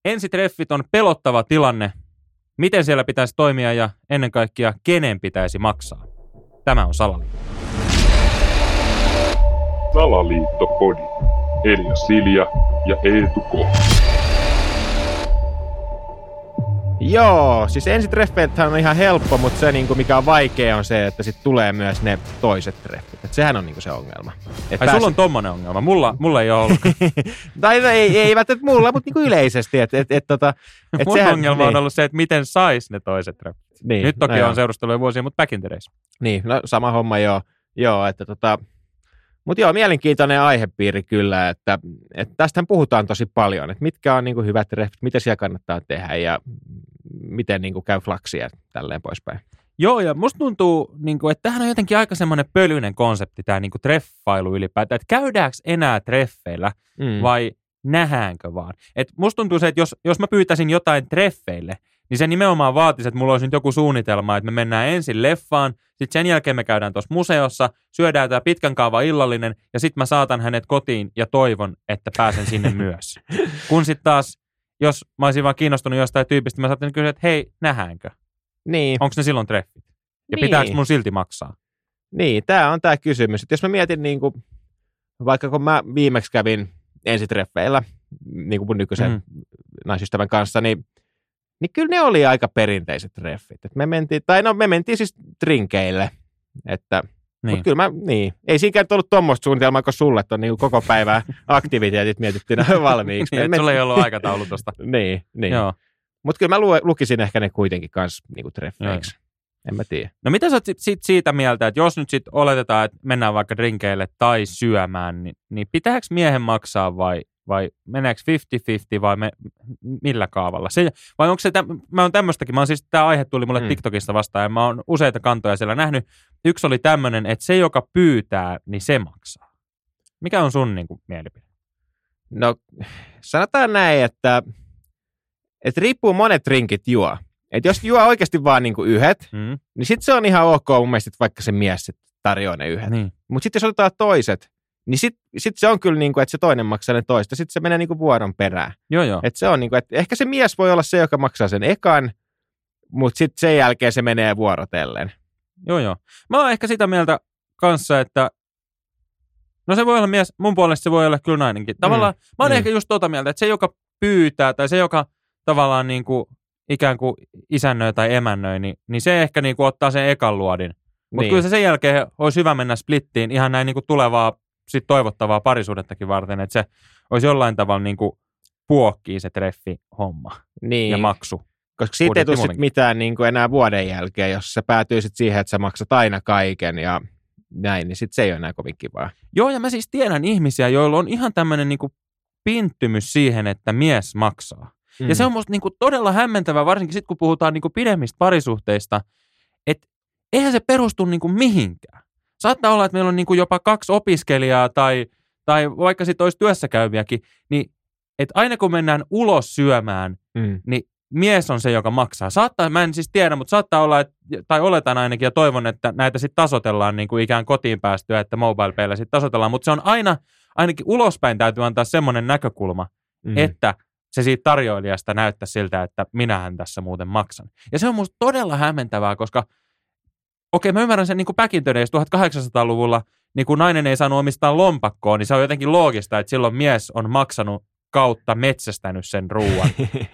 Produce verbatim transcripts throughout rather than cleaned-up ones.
Ensitreffit on pelottava tilanne. Miten siellä pitäisi toimia ja ennen kaikkea kenen pitäisi maksaa? Tämä on Salaliitto. Salaliittopodi. Elia Silja ja Eetu K. Joo, siis ensitreffeethän on ihan helppo, mutta se niinku, mikä on vaikea on se, että sit tulee myös ne toiset treffit. Et sehän on niinku se ongelma. Et Ai pääs... sulla on tommonen ongelma, mulla, mulla ei ole ollut. tai no, ei, ei välttämättä mulla, mutta niinku yleisesti. Et, et, et, tota, et mun sehän, ongelma niin. on ollut se, että miten sais ne toiset treffit. Niin, Nyt toki no on seurusteluja vuosia, mutta back in the days. Niin, no sama homma joo. Joo, että tota... Mutta joo, mielenkiintoinen aihepiiri kyllä, että, että tästähän puhutaan tosi paljon, että mitkä on niinku hyvät treffit, mitä siellä kannattaa tehdä ja miten niinku käy flaksia tälleen poispäin. Joo, ja musta tuntuu, niinku, että tämähän on jotenkin aika semmoinen pölyinen konsepti, tämä niinku treffailu ylipäätään, että käydäänkö enää treffeillä Mm. vai nähdäänkö vaan. Et musta tuntuu se, että jos, jos mä pyytäisin jotain treffeille, niin se nimenomaan vaatisi, että mulla olisi nyt joku suunnitelma, että me mennään ensin leffaan, sitten sen jälkeen me käydään tuossa museossa, syödään tämä pitkän kaavan illallinen, ja sitten mä saatan hänet kotiin ja toivon, että pääsen sinne myös. Kun sitten taas, jos mä olisin vaan kiinnostunut jostain tyypistä, mä saatan kysyä, että hei, nähdäänkö? Niin. Onko ne silloin treffit? Ja Niin. pitääkö mun silti maksaa? Niin, tämä on tämä kysymys. Että jos mä mietin, niin kuin, vaikka kun mä viimeksi kävin ensitreffeillä niin kuin mun nykyisen Mm. naisystävän kanssa, niin, niin kyllä ne oli aika perinteiset treffit. Et me mentiin, tai no me mentiin siis drinkeille. Että, Niin. mutta kyllä mä, niin. Ei siinäkään ollut tuommoista suunnitelmaa, kun sulle, että on niin koko päivää aktiviteetit mietittynä valmiiksi. Niin, että sulla ei ollut aikataulutusta. Niin, niin. Joo. Mutta kyllä mä lu- lukisin ehkä ne kuitenkin kans niinku treffeiksi. En mä tiedä. No mitä sä oot sit, sit siitä mieltä, että jos nyt sit oletetaan, että mennään vaikka drinkeille tai syömään, niin, niin pitääkö miehen maksaa vai, vai meneekö viisikymmentä viisikymmentä vai me, millä kaavalla? Se, vai onko se, täm, mä oon tämmöistäkin, mä oon siis, tää aihe tuli mulle Mm. TikTokista vastaan ja mä oon useita kantoja siellä nähnyt. Yksi oli tämmönen, että se joka pyytää, niin se maksaa. Mikä on sun niin kuin, mielipide? No sanotaan näin, että, että riippuu monet drinkit juo. Että jos juo oikeasti vaan niinku yhdet, Mm? niin sitten se on ihan ok mun mielestä, että vaikka se mies sit tarjoaa ne yhdet. Niin. Mutta sitten jos otetaan toiset, niin sitten sit se on kyllä niin kuin, että se toinen maksaa ne toista. Sitten se menee niin kuin vuoron perään. Joo, joo. Että se on niin kuin, että ehkä se mies voi olla se, joka maksaa sen ekan, mutta sitten sen jälkeen se menee vuorotellen. Joo, joo. Mä oon ehkä sitä mieltä kanssa, että no se voi olla mies, mun puolesta se voi olla kyllä nainenkin. Tavallaan, mm. mä oon Mm. ehkä just tota mieltä, että se, joka pyytää tai se, joka tavallaan niin kuin, ikään kuin isännöi tai emännöi, niin, niin se ehkä niin kuin ottaa sen ekan luodin. Mutta Niin. kyllä se sen jälkeen olisi hyvä mennä splittiin ihan näin niin kuin tulevaa, sit toivottavaa parisuudettakin varten, että se olisi jollain tavalla niin kuin puokkii se treffi homma Niin. ja maksu. Koska siitä ei tule sit Budjetti mitään niin kuin enää vuoden jälkeen, jos sä päätyisit siihen, että sä maksat aina kaiken ja näin, niin sitten se ei ole enää kovin kivaa. Joo, ja mä siis tiedän ihmisiä, joilla on ihan tämmöinen niin kuin pinttymys siihen, että mies maksaa. Mm. Ja se on musta niinku todella hämmentävää, varsinkin sitten kun puhutaan niinku pidemmistä parisuhteista, että eihän se perustu niinku mihinkään. Saattaa olla, että meillä on niinku jopa kaksi opiskelijaa tai, tai vaikka sitten olisi työssäkäyviäkin, niin että aina kun mennään ulos syömään, Mm. niin mies on se, joka maksaa. Saattaa, mä en siis tiedä, mutta saattaa olla, että, tai oletan ainakin ja toivon, että näitä sitten tasotellaan niinku ikään kotiin päästyä, että MobilePaylla sitten tasotellaan, mutta se on aina, ainakin ulospäin täytyy antaa semmoinen näkökulma, Mm. että se siitä tarjoilijasta näyttää siltä, että minähän tässä muuten maksan. Ja se on musta todella hämmentävää, koska okei, mä ymmärrän sen niin kuin back in the days tuhatkahdeksansataaluvulla, niin kun nainen ei saanut omistaa lompakkoa, niin se on jotenkin loogista, että silloin mies on maksanut kautta metsästänyt sen ruuan.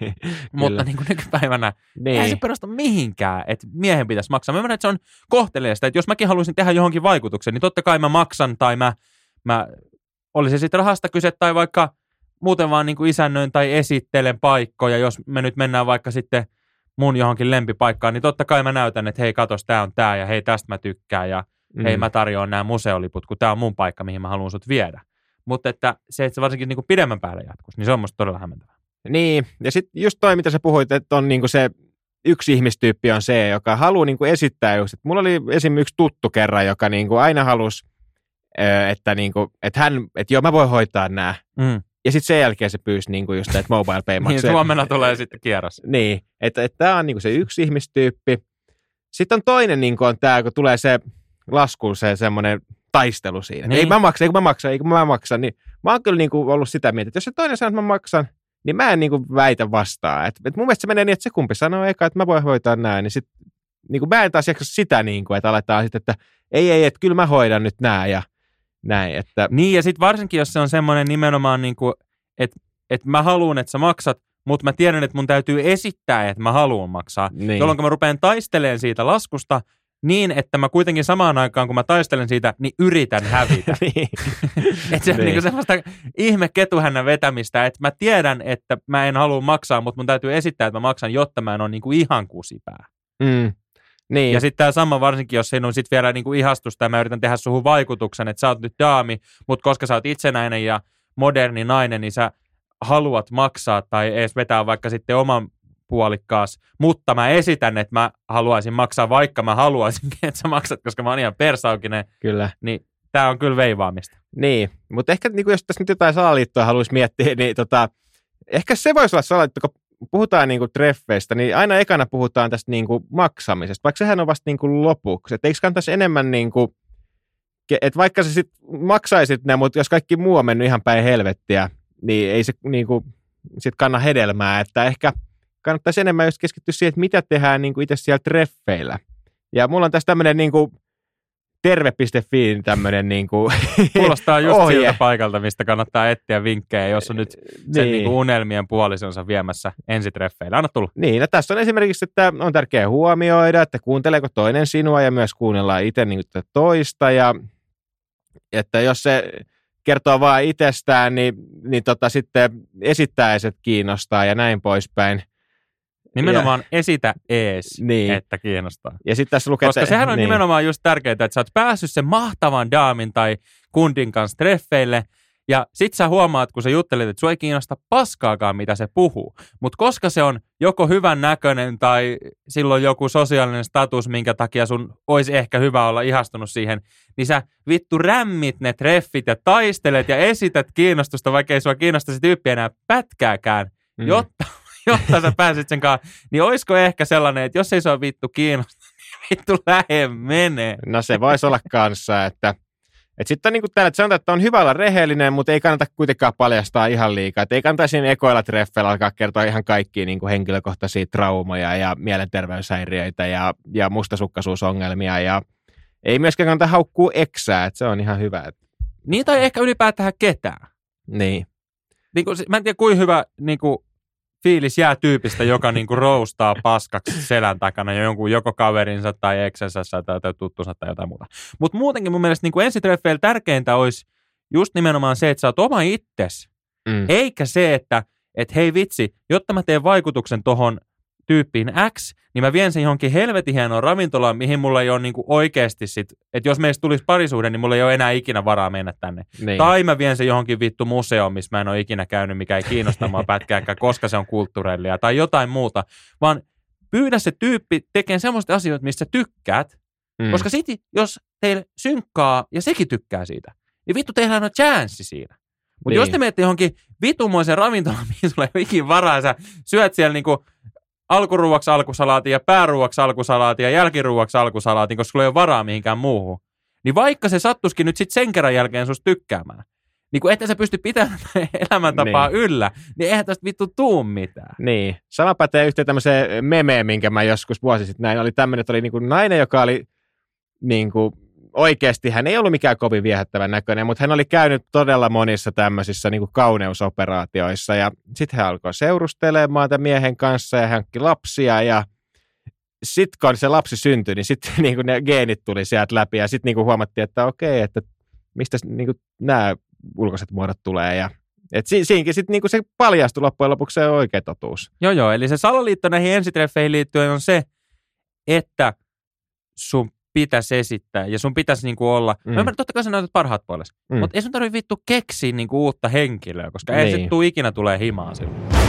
Mutta niin kuin nykypäivänä niin. ei se perustu mihinkään, että miehen pitäisi maksaa. Mä ymmärrän, että se on kohteliasta, että jos mäkin haluaisin tehdä johonkin vaikutuksen, niin totta kai mä maksan tai mä, mä olisi sitten rahasta kyse tai vaikka muuten vaan niin kuin isännöin tai esittelen paikkoja, jos me nyt mennään vaikka sitten mun johonkin lempipaikkaan, niin totta kai mä näytän, että hei katos, tää on tää ja hei tästä mä tykkään ja mm. hei mä tarjoan nämä museoliput, kun tää on mun paikka, mihin mä haluan sut viedä. Mutta että se, että se varsinkin niin kuin pidemmän päälle jatkuisi, niin se on musta todella hämmentävää. Niin, ja sitten just toi, mitä sä puhuit, että on niinku se yksi ihmistyyppi on se, joka haluaa niinku esittää just, että mulla oli esimerkiksi yksi tuttu kerran, joka niinku aina halusi, että, niinku, että hän, että joo mä voin hoitaa nämä. Mm. Ja sitten sen jälkeen se pyysi niinku just, että MobilePay maksaa. Niin, huomenna tulee sitten kierros. Niin, että että tämä on niinku se yksi ihmistyyppi. Sitten on toinen, niinku on tämä, kun tulee se lasku, se semmoinen taistelu siinä. Niin. Ei mä maksa, ei kun mä maksan, ei kun mä maksan. Niin mä oon kyllä niinku ollut sitä mieltä, että jos se toinen sanoo, että mä maksan, niin mä en niin kuin väitä vastaan. Et, et mun mielestä se menee niin, että se kumpi sanoo eka, että mä voin hoitaa näin, niin sit niin kuin mä en taas jaksa sitä, niin kuin, että aletaan sitten, että ei, ei, että kyllä mä hoidan nyt nää ja näin. Että... Niin, ja sitten varsinkin, jos se on semmoinen nimenomaan, niin kuin, että, että mä haluan, että sä maksat, mutta mä tiedän, että mun täytyy esittää, että mä haluan maksaa, niin. Jolloin mä rupean taistelemaan siitä laskusta niin, että mä kuitenkin samaan aikaan, kun mä taistelen siitä, niin yritän hävitä. niin. Että se on niin. Niin semmoista ihme ketuhännän vetämistä, että mä tiedän, että mä en halua maksaa, mutta mun täytyy esittää, että mä maksan, jotta mä en ole niin kuin ihan kusipää. Mm. Niin. Ja sitten tämä sama varsinkin, jos siinä on sitten vielä niinku ihastusta ja mä yritän tehdä suhun vaikutuksen, että sä oot nyt daami, mutta koska sä oot itsenäinen ja moderni nainen, niin sä haluat maksaa tai edes vetää vaikka sitten oman puolikkaas, mutta mä esitän, että mä haluaisin maksaa, vaikka mä haluaisinkin, että sä maksat, koska mä oon ihan persaukinen. Kyllä. Niin tää on kyllä veivaamista. Niin, mutta ehkä niin jos tässä nyt jotain salaliittoa haluaisi miettiä, niin tota, ehkä se voisi olla salaliitto, kun puhutaan niinku treffeistä, niin aina ekana puhutaan tästä niinku maksamisesta, vaikka sehän on vasta niinku lopuksi. Että eikö kannattaisi enemmän, niinku, että vaikka sä sitten maksaisit ne, mutta jos kaikki muu on mennyt ihan päin helvettiä, niin ei se niinku, sit kanna hedelmää. Että ehkä kannattaisi enemmän just keskittyä siihen, että mitä tehdään niinku itse siellä treffeillä. Ja mulla on tässä tämmöinen niinku terve piste fi tämmöinen niinku kuulostaa just ohje. Siltä paikalta, mistä kannattaa etsiä vinkkejä, jos on nyt sen niin. Niinku unelmien puolisonsa viemässä ensitreffeillä. Anna tulla. Niin, ja tässä on esimerkiksi, että on tärkeää huomioida, että kuunteleeko toinen sinua ja myös kuunnellaan itse niin toista. Ja että jos se kertoo vaan itsestään, niin, niin tota, sitten esittäiset kiinnostaa ja näin poispäin. Nimenomaan ja, esitä ees, niin. Että kiinnostaa. Ja sit tässä lukee, koska sehän on niin. Nimenomaan just tärkeää, että sä oot päässyt sen mahtavan daamin tai kundin kanssa treffeille, ja sit sä huomaat, kun sä juttelet, että sua ei kiinnosta paskaakaan, mitä se puhuu. Mutta koska se on joko hyvän näköinen tai silloin joku sosiaalinen status, minkä takia sun olisi ehkä hyvä olla ihastunut siihen, niin sä vittu rämmit ne treffit ja taistelet ja esität kiinnostusta, vaikka ei sua kiinnosta se tyyppi enää pätkääkään, mm. jotta... jotta sä pääsit sen kanssa, niin olisiko ehkä sellainen, että jos ei se ole vittu kiinnosta, niin vittu lähe menee. No se voisi olla kanssa, että, että sitten on niin kuin täällä, että sanotaan, että on hyvä olla rehellinen, mutta ei kannata kuitenkaan paljastaa ihan liikaa. Että ei kannata siinä ekoilla treffeillä alkaa kertoa ihan kaikkia niin kuin henkilökohtaisia traumoja ja mielenterveyshäiriöitä ja, ja mustasukkaisuusongelmia ja ei myöskään kannata haukkua eksää, että se on ihan hyvä. Että... Niin tai ehkä ylipäätään ketään. Niin. Niin kuin, mä en tiedä kuinka hyvä... Niin kuin fiilis jää tyypistä, joka niinku roustaa paskaksi selän takana jonkun joko kaverinsa tai eksensä tai, tai tuttunsa tai jotain muuta. Mutta muutenkin mun mielestä niinku ensitreffeillä tärkeintä olisi just nimenomaan se, että sä oot oma itsesi. Mm. Eikä se, että et hei vitsi, jotta mä teen vaikutuksen tohon tyyppiin X, niin mä vien sen johonkin helvetin hienoon ravintolaan, mihin mulla ei ole niinku oikeasti sit, että jos meistä tulisi parisuhde, niin mulla ei ole enää ikinä varaa mennä tänne. Niin. Tai mä vien sen johonkin vittu museoon, missä mä en ole ikinä käynyt, mikä ei kiinnosta mua pätkääkään, koska se on kulttuurellia tai jotain muuta, vaan pyydä se tyyppi tekemään semmoista asioita, mistä tykkäät, mm. koska sitten jos teille synkkaa ja sekin tykkää siitä, niin vittu teillä on chanssi siinä. Mutta niin. Jos te menette johonkin vitumoisen ravintolaan, mihin sulla ei ole ikinä varaa, ja sä syöt siellä niinku alkuruuaksi alkusalaatin ja pääruuaksi alkusalaatin ja jälkiruuaksi alkusalaatin, koska sulla ei ole varaa mihinkään muuhun. Niin vaikka se sattuisikin nyt sitten sen kerran jälkeen susta tykkäämään, niin kun ette sä pysty pitämään elämäntapaa niin. yllä, niin eihän tästä vittu tuu mitään. Niin. Sama pätee yhteen tämmöiseen memeen, minkä mä joskus vuosi sitten näin. Oli tämmöinen, että oli niinku nainen, joka oli niinku oikeasti, hän ei ollut mikään kovin viehättävän näköinen, mutta hän oli käynyt todella monissa tämmöisissä niin kuin kauneusoperaatioissa ja sitten hän alkoi seurustelemaan tämän miehen kanssa ja hän hankki lapsia ja sitten kun se lapsi syntyi, niin sitten niin kuin ne geenit tuli sieltä läpi ja sitten niin kuin huomattiin, että okei, että mistä niin kuin nämä ulkoiset muodot tulee ja et si- siinäkin sitten niin kuin se paljastui loppujen lopuksi se oikea totuus. Joo joo, eli se salaliitto näihin ensitreffeihin liittyen on se, että sun pitäisi esittää ja sun pitäisi niinku olla, mm. mä ymmärrän, totta kai sä näytät parhaat puolesta, mm. mutta ei sun tarvitse vittu keksiä niinku uutta henkilöä, koska niin. Ei se tuu ikinä tulee himaan silloin.